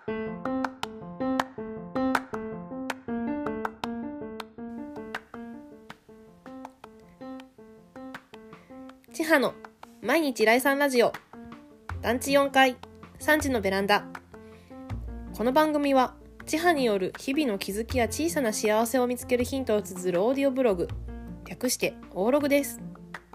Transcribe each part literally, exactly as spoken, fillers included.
ちはの毎日来産ラジオ団地よんかいさんじのベランダ。この番組はちはによる日々の気づきや小さな幸せを見つけるヒントを綴るオーディオブログ、略してオーログです。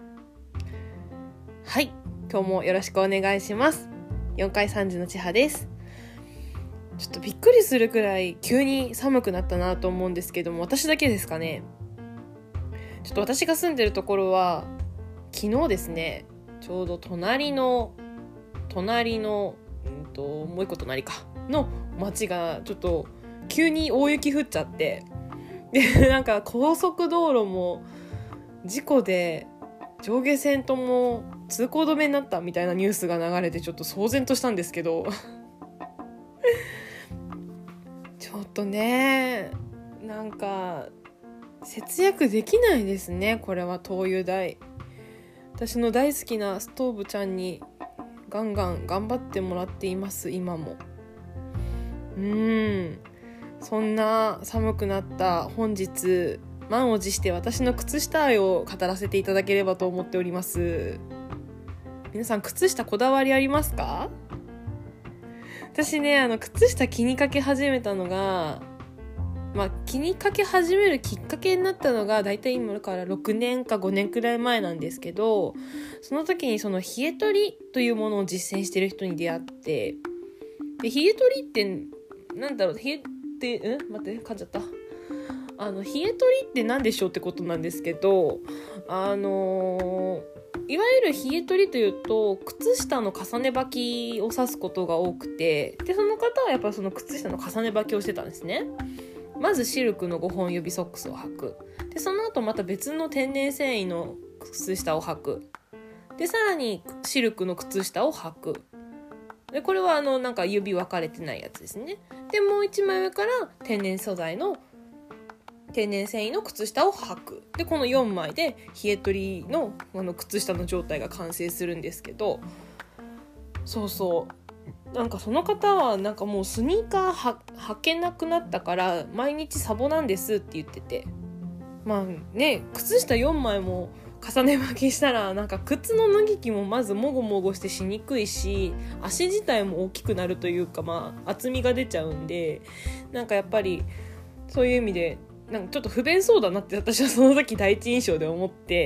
はい、今日もよろしくお願いします。よんかいさんじのちはです。ちょっとびっくりするくらい急に寒くなったなと思うんですけども、私だけですかね。ちょっと私が住んでるところは昨日ですね、ちょうど隣の隣の、うんと、もう一個隣かの町がちょっと急に大雪降っちゃって、でなんか高速道路も事故で上下線とも通行止めになったみたいなニュースが流れて、ちょっと騒然としたんですけどちょっとね、なんか節約できないですね。これは灯油代、私の大好きなストーブちゃんにガンガン頑張ってもらっています。今もうーんそんな寒くなった本日、満を持して私の靴下愛を語らせていただければと思っております。皆さん靴下こだわりありますか？私ね、あの靴下気にかけ始めたのがまあ、気にかけ始めるきっかけになったのがだいたい今からろくねんかごねんくらい前なんですけど、その時にその冷え取りというものを実践している人に出会って、で冷え取りってなんだろう、冷えってん待って噛んじゃったあの冷え取りって何でしょうってことなんですけど、あのー、いわゆる冷え取りというと靴下の重ね履きを指すことが多くて、でその方はやっぱその靴下の重ね履きをしてたんですね。まずシルクのごほん指ソックスを履く。でその後また別の天然繊維の靴下を履く。でさらにシルクの靴下を履く。でこれはあのなんか指分かれてないやつですね。でもう一枚上から天然素材の天然繊維の靴下を履く。でこのよんまいで冷え取りの、あの靴下の状態が完成するんですけど、そうそうなんかその方はなんかもうスニーカーは履けなくなったから毎日サボなんですって言ってて、まあね、靴下よんまいも重ね履きしたらなんか靴の脱ぎ着もまずもごもごしてしにくいし、足自体も大きくなるというか、まあ厚みが出ちゃうんで、なんかやっぱりそういう意味でなんかちょっと不便そうだなって私はその時第一印象で思って、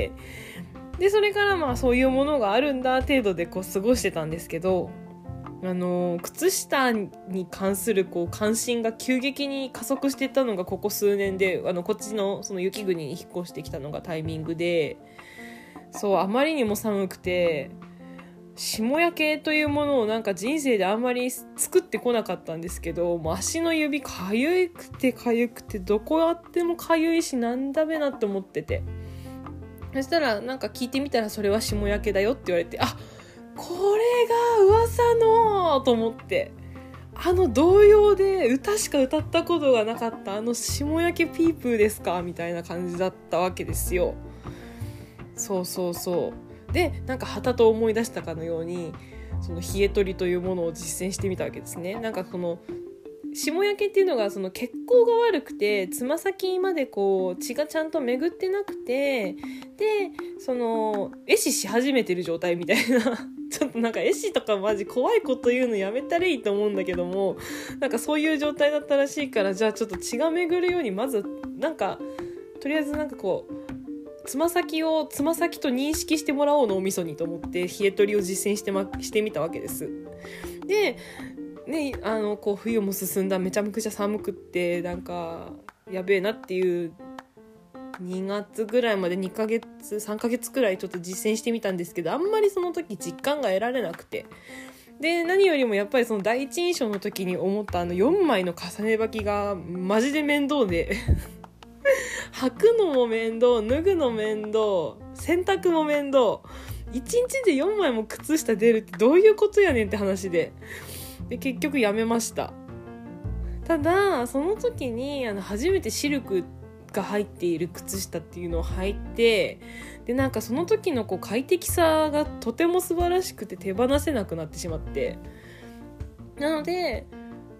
でそれからまあそういうものがあるんだ程度でこう過ごしてたんですけど、あの靴下に関するこう関心が急激に加速していったのがここ数年で、あのこっちのその雪国に引っ越してきたのがタイミングで、そうあまりにも寒くて霜焼けというものをなんか人生であんまり作ってこなかったんですけど、もう足の指かゆくてかゆくてどこやってもかゆいしなんだべなって思ってて、そしたらなんか聞いてみたらそれは霜焼けだよって言われて、あ、これが噂のと思って、あの童謡で歌しか歌ったことがなかったあの霜焼けピープーですかみたいな感じだったわけですよ。そうそうそうで、なんかはたと思い出したかのようにその冷え取りというものを実践してみたわけですね。なんかその霜焼けっていうのがその血行が悪くてつま先までこう血がちゃんと巡ってなくて、でその壊死し始めてる状態みたいなちょっとなんか壊死とかマジ怖いこと言うのやめたらいいと思うんだけども、なんかそういう状態だったらしいから、じゃあちょっと血が巡るようにまずなんかとりあえずなんかこうつま先をつま先と認識してもらおうのおみそにと思って冷え取りを実践して、ま、してみたわけです。でね、あのこう冬も進んだ、めちゃくちゃ寒くってなんかやべえなっていうにがつぐらいまでにかげつさんかげつくらいちょっと実践してみたんですけど、あんまりその時実感が得られなくて、で何よりもやっぱりその第一印象の時に思ったあのよんまいの重ね履きがマジで面倒で履くのも面倒、脱ぐの面倒、洗濯も面倒、いちにちでよんまいも靴下出るってどういうことやねんって話で、で結局やめました。ただその時にあの初めてシルクが入っている靴下っていうのを履いて、でなんかその時のこう快適さがとても素晴らしくて手放せなくなってしまって、なので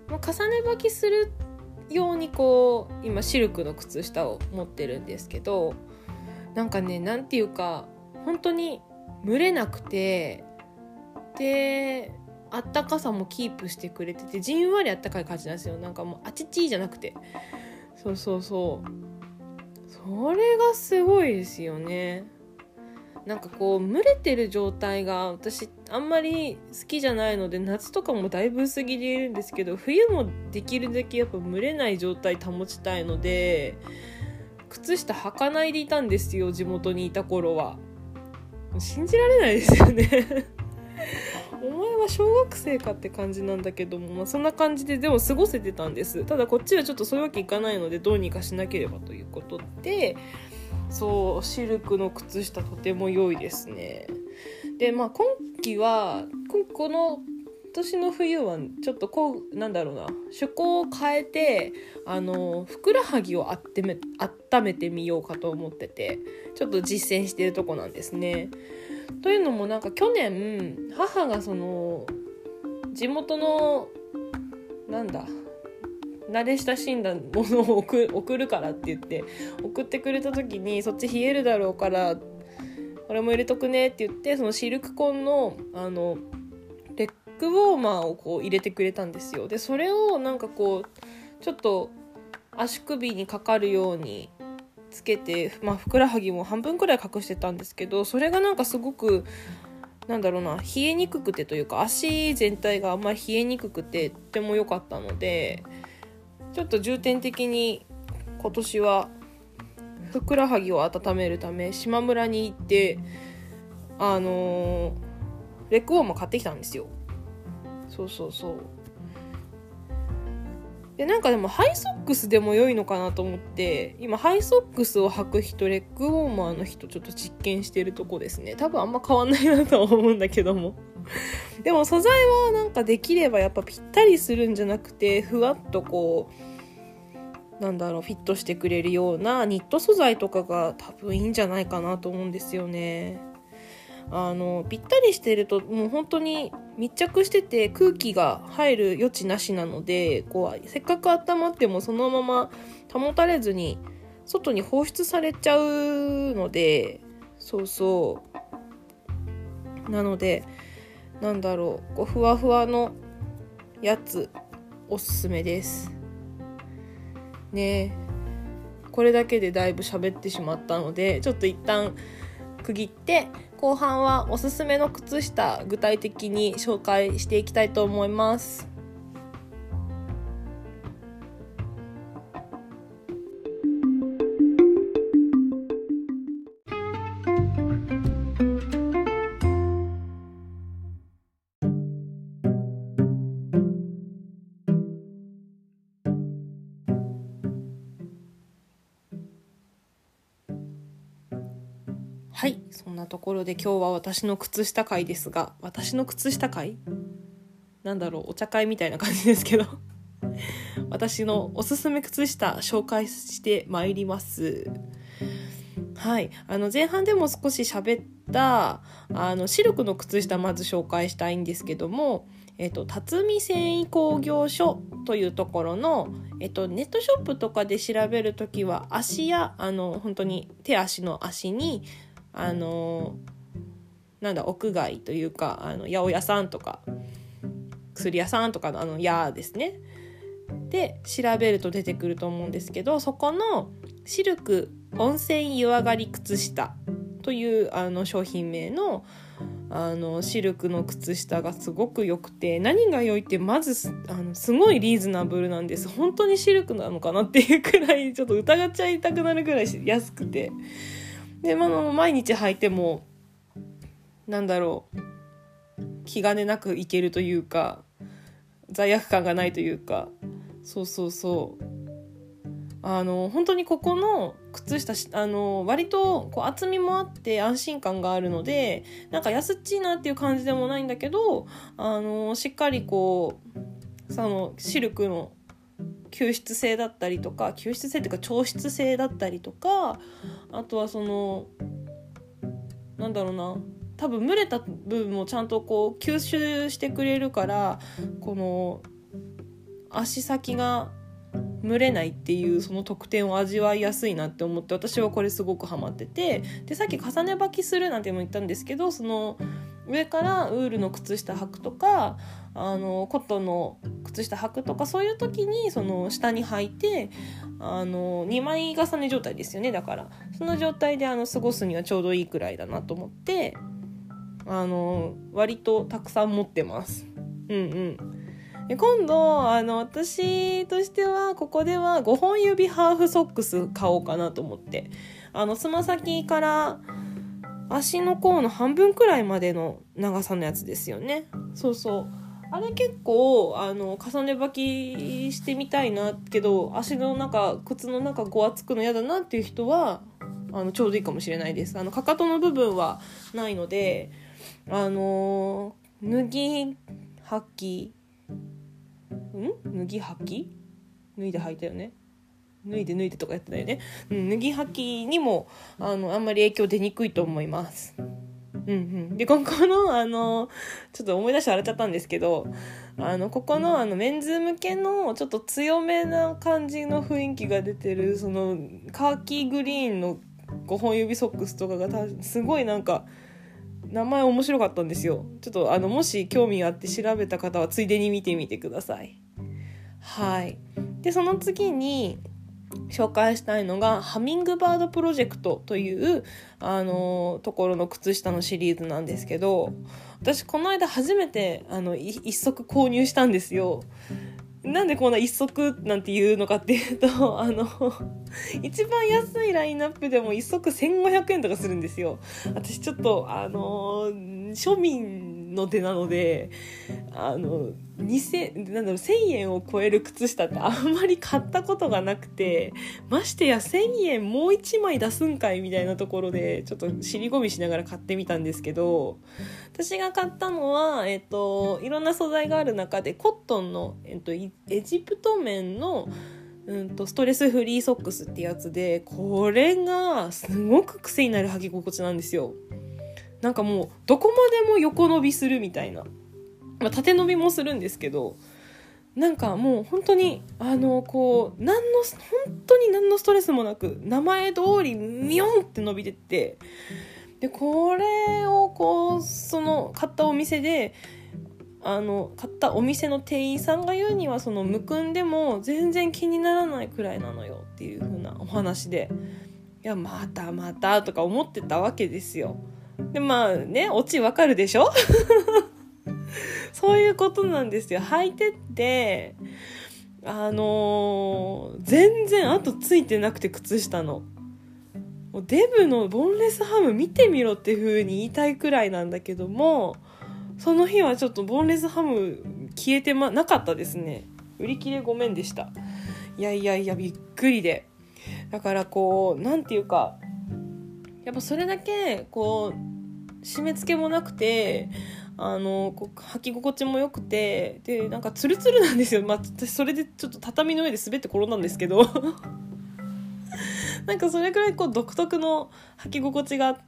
まあ、重ね履きするようにこう今シルクの靴下を持ってるんですけど、なんかね、なんていうか本当に蒸れなくて、であったかさもキープしてくれてて、じんわりあったかい感じなんですよ。なんかもうあちっちじゃなくて、そうそうそう、それがすごいですよね。なんかこう蒸れてる状態が私あんまり好きじゃないので、夏とかもだいぶ薄着でいるんですけど、冬もできるだけやっぱ蒸れない状態保ちたいので、靴下履かないでいたんですよ、地元にいた頃は。信じられないですよねお前は小学生かって感じなんだけども、まあ、そんな感じででも過ごせてたんです。ただこっちはちょっとそういうわけいかないので、どうにかしなければということで、そうシルクの靴下とても良いですね。でまあ今季はこの年の冬はちょっとこうなんだろうな、趣向を変えて、あのふくらはぎをあってめ温めてみようかと思ってて、ちょっと実践しているとこなんですね。というのもなんか去年母がその地元のなんだ慣れ親しんだものを 送, 送るからって言って送ってくれた時に、そっち冷えるだろうからこれも入れとくねって言って、そのシルクコンのあのレッグウォーマーをこう入れてくれたんですよ。でそれをなんかこうちょっと足首にかかるようにつけて、まあ、ふくらはぎも半分くらい隠してたんですけど、それがなんかすごくなんだろうな、冷えにくくてというか、足全体があんまり冷えにくくてとても良かったので、ちょっと重点的に今年はふくらはぎを温めるため島村に行ってあのー、レッグウォーマー買ってきたんですよ。そうそうそう。でなんかでもハイソックスでも良いのかなと思って、今ハイソックスを履く人、レッグウォーマーの人ちょっと実験してるとこですね。多分あんま変わんないなとは思うんだけどもでも素材はなんかできればやっぱぴったりするんじゃなくて、ふわっとこうなんだろうフィットしてくれるようなニット素材とかが多分いいんじゃないかなと思うんですよね。あのぴったりしてるともう本当に密着してて空気が入る余地なしなので、こうせっかく温まってもそのまま保たれずに外に放出されちゃうので、そうそうなのでなんだろう、こうふわふわのやつおすすめですね。これだけでだいぶ喋ってしまったので、ちょっと一旦区切って後半はおすすめの靴下具体的に紹介していきたいと思います。はい、そんなところで今日は私の靴下会ですが、私の靴下会なんだろう、お茶会みたいな感じですけど私のおすすめ靴下紹介してまいります。はい、あの前半でも少し喋ったあのシルクの靴下まず紹介したいんですけども、えっと、辰巳繊維工業所というところの、えっと、ネットショップとかで調べるときは足やあの本当に手足の足にあのなんだ屋外というかあの八百屋さんとか薬屋さんとかのあの屋ですねで調べると出てくると思うんですけど、そこのシルク温泉湯上がり靴下というあの商品名のあのシルクの靴下がすごく良くて、何が良いってまずあのすごいリーズナブルなんです。本当にシルクなのかなっていうくらいちょっと疑っちゃいたくなるぐらい安くて、で、まあ、毎日履いてもなんだろう気兼ねなくいけるというか罪悪感がないというか、そうそうそうあの本当にここの靴下あの割とこう厚みもあって安心感があるので、なんか安っちいなっていう感じでもないんだけど、あのしっかりこうそのシルクの吸湿性だったりとか吸湿性っていうか調湿性だったりとか、あとはそのなんだろうな多分蒸れた部分もちゃんとこう吸収してくれるから、この足先が蒸れないっていうその特典を味わいやすいなって思って、私はこれすごくハマってて、でさっき重ね履きするなんても言ったんですけど、その上からウールの靴下履くとか、あのコットンの靴下履くとか、そういう時にその下に履いて、あのにまい重ね状態ですよね。だからその状態であの過ごすにはちょうどいいくらいだなと思って、あの割とたくさん持ってます。うんうんで今度あの私としてはここではごほん指ハーフソックス買おうかなと思って、あのつま先から足の甲の半分くらいまでの長さのやつですよね。そうそうあれ結構あの重ね履きしてみたいなけど、足の中靴の中ごわつくの嫌だなっていう人はあのちょうどいいかもしれないです。あのかかとの部分はないので、あの脱ぎ履きん脱ぎ履き脱いで履いたよね脱いで脱いでとかやってたよね、うん、脱ぎ履きにも あのあんまり影響出にくいと思います。うんうん、でここのあのちょっと思い出して笑っちゃったんですけど、あのここのあのメンズ向けのちょっと強めな感じの雰囲気が出てるそのカーキグリーンのごほん指ソックスとかがすごいなんか名前面白かったんですよ。ちょっとあのもし興味があって調べた方はついでに見てみてください。はい。でその次に紹介したいのがハミングバードプロジェクトというあのところの靴下のシリーズなんですけど、私この間初めてあの一足購入したんですよ。なんでこんな一足なんて言うのかっていうと、あの一番安いラインナップでも一足せんごひゃくえんとかするんですよ。私ちょっとあの庶民の出なので、あのにせんなんだろうせんえんを超える靴下ってあんまり買ったことがなくて、ましてやせんえんもういちまい出すんかいみたいなところでちょっと尻込みしながら買ってみたんですけど、私が買ったのは、えっと、いろんな素材がある中でコットンの、えっと、エジプト綿のうんとストレスフリーソックスってやつで、これがすごく癖になる履き心地なんですよ。なんかもうどこまでも横伸びするみたいな、まあ、縦伸びもするんですけど、なんかもう本当にあのこう何の本当に何のストレスもなく名前通りミヨンって伸びてって、でこれをこうその買ったお店であの買ったお店の店員さんが言うには、そのむくんでも全然気にならないくらいなのよっていう風なお話で、いやまたまたとか思ってたわけですよ。でまあね、オチわかるでしょそういうことなんですよ。履いてってあのー、全然跡ついてなくて、靴下のもうデブのボンレスハム見てみろって風に言いたいくらいなんだけども、その日はちょっとボンレスハム消えて、ま、なかったですね。売り切れごめんでした。いやいやいやびっくりで、だからこうなんていうか、やっぱそれだけこう締め付けもなくて、あのこう履き心地も良くて、でなんかツルツルなんですよ。まあ私それでちょっと畳の上で滑って転んだんですけどなんかそれくらいこう独特の履き心地があって、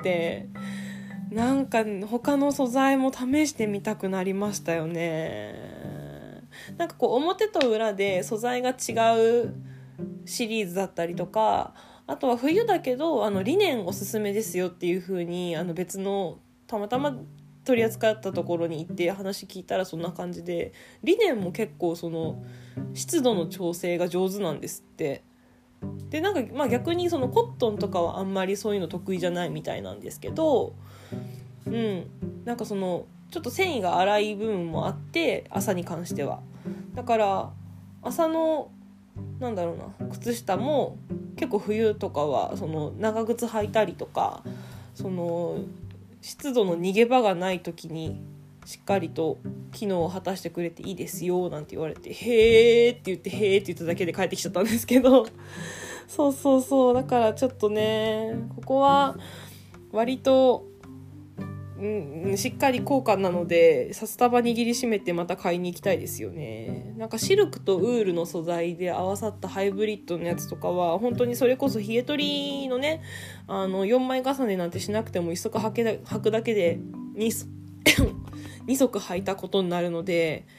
なんか他の素材も試してみたくなりましたよね。なんかこう表と裏で素材が違うシリーズだったりとか、あとは冬だけどあのリネンおすすめですよっていう風にあの別のたまたま取り扱ったところに行って話聞いたらそんな感じで、リネンも結構その湿度の調整が上手なんですって。でなんかまあ逆にそのコットンとかはあんまりそういうの得意じゃないみたいなんですけど、うんなんかそのちょっと繊維が粗い部分もあって、朝に関してはだから朝のなんだろうな靴下も結構冬とかはその長靴履いたりとか、その湿度の逃げ場がない時にしっかりと機能を果たしてくれていいですよなんて言われて、へーって言ってへーって言っただけで帰ってきちゃったんですけどそうそうそう、だからちょっとねここは割とうん、しっかり高価なので札束握りしめてまた買いに行きたいですよね。なんかシルクとウールの素材で合わさったハイブリッドのやつとかは本当にそれこそ冷え取りのね、あのよんまい重ねなんてしなくてもいっ足履けだ履くだけで 2, 2足履いたことになるので、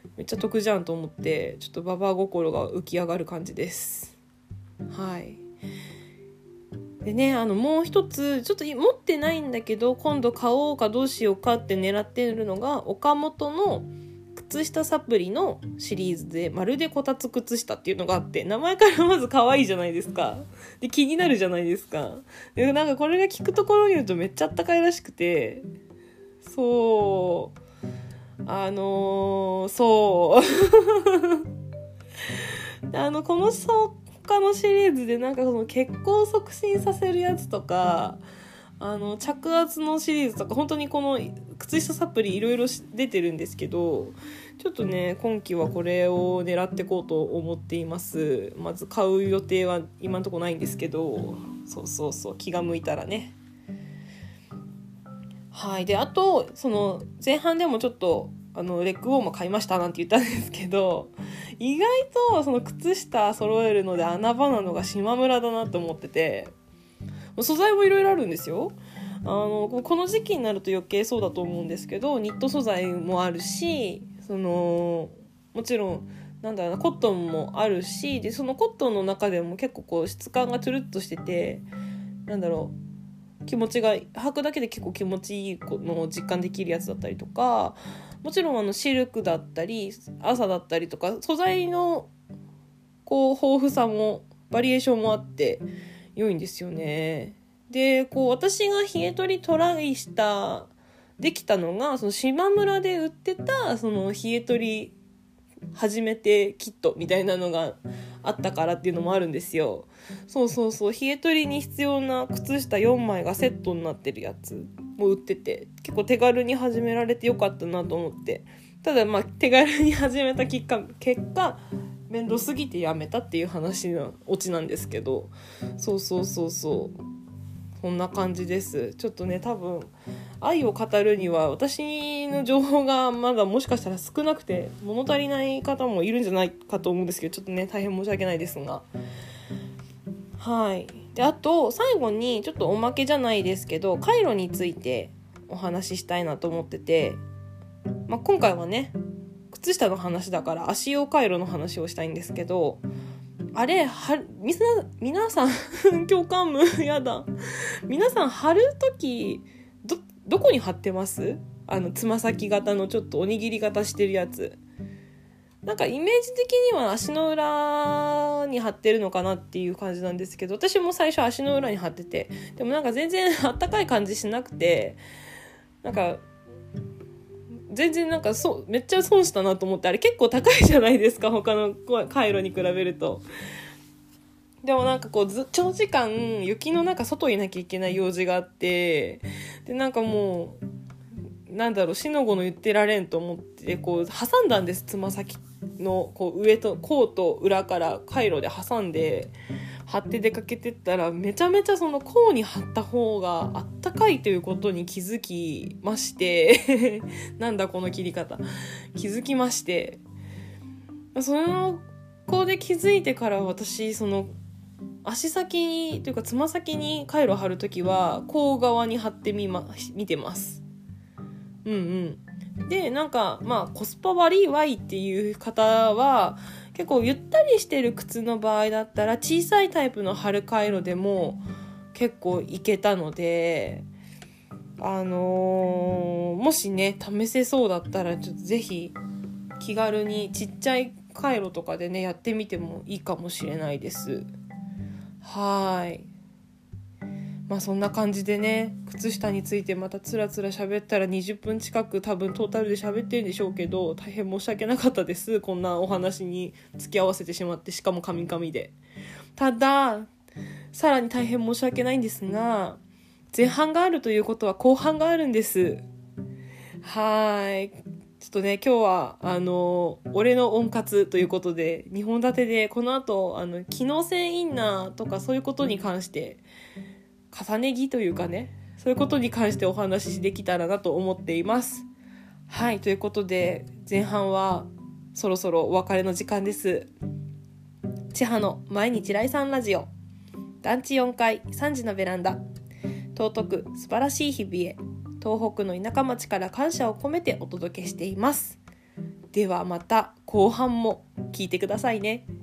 めっちゃ得じゃんと思って、ちょっとババア心が浮き上がる感じです。はい。でね、あのもう一つちょっと持ってないんだけど今度買おうかどうしようかって狙ってるのが、岡本の靴下サプリのシリーズでまるでこたつ靴下っていうのがあって、名前からまず可愛いじゃないですか。で気になるじゃないですか。でなんかこれが聞くところに言うとめっちゃあったかいらしくて、そうあのー、そうあのこの他のシリーズでなんかその血行を促進させるやつとか、あの着圧のシリーズとか、本当にこの靴下サプリいろいろ出てるんですけど、ちょっとね今期はこれを狙っていこうと思っています。まず買う予定は今のところないんですけど、そうそうそう気が向いたらね。はい。であとその前半でもちょっとあのレッグウォーマー買いましたなんて言ったんですけど、意外とその靴下揃えるので穴場なのが島村だなと思ってて、素材もいろいろあるんですよ。あのこの時期になると余計そうだと思うんですけど、ニット素材もあるし、そのもちろんなんだろうなコットンもあるし、でそのコットンの中でも結構こう質感がトゥルッとしてて、なんだろう気持ちが履くだけで結構気持ちいいのを実感できるやつだったりとか、もちろんあのシルクだったり朝だったりとか、素材のこう豊富さもバリエーションもあって良いんですよね。でこう私が冷え取りトライしたできたのが、その島村で売ってたその冷え取り初めてキットみたいなのがあったからっていうのもあるんですよ。そうそうそう、冷え取りに必要な靴下よんまいがセットになってるやつも売ってて、結構手軽に始められてよかったなと思って。ただまあ手軽に始めた結果結果面倒すぎてやめたっていう話のオチなんですけど、そうそうそうそうこんな感じです。ちょっとね多分愛を語るには私の情報がまだもしかしたら少なくて物足りない方もいるんじゃないかと思うんですけど、ちょっとね大変申し訳ないですが、はい。であと最後にちょっとおまけじゃないですけど、カイロについてお話ししたいなと思ってて、まあ、今回はね靴下の話だから足用カイロの話をしたいんですけど、あれはみな皆さん共感無やだ皆さん貼るときどどこに貼ってます？あのつま先型のちょっとおにぎり型してるやつ、なんかイメージ的には足の裏に貼ってるのかなっていう感じなんですけど、私も最初足の裏に貼ってて、でもなんか全然あったかい感じしなくて、なんか全然なんかそうめっちゃ損したなと思って、あれ結構高いじゃないですか他のカイロに比べると。でもなんかこうず長時間雪の中外いなきゃいけない用事があって、でなんかもうなんだろうしのごの言ってられんと思ってこう挟んだんです。つま先のこう上と甲と裏からカイロで挟んで貼って出かけてったら、めちゃめちゃその甲に貼った方があったかいということに気づきましてなんだこの切り方気づきまして、その子で気づいてから私その足先にというかつま先にカイロ貼るときは甲側に貼ってみま見てます。うんうん。でなんかまあコスパ悪いわいっていう方は結構ゆったりしてる靴の場合だったら小さいタイプの貼るカイロでも結構いけたので、あのー、もしね試せそうだったらちょっとぜひ気軽にちっちゃいカイロとかでねやってみてもいいかもしれないです。はい。まあそんな感じでね、靴下についてまたつらつら喋ったらにじゅっぷん近く多分トータルで喋ってるんでしょうけど、大変申し訳なかったです。こんなお話に付き合わせてしまって、しかもカミカミで。たださらに大変申し訳ないんですが、前半があるということは後半があるんです。はい。ちょっとね今日はあの俺の温活ということでにほん立てで、この後あの機能性インナーとかそういうことに関して重ね着というかね、そういうことに関してお話しできたらなと思っています。はい、ということで前半はそろそろお別れの時間です。千葉の毎日来産ラジオ、団地よんかいさんじのベランダ、尊く素晴らしい日々へ、東北の田舎町から感謝を込めてお届けしています。 ではまた後半も聞いてくださいね。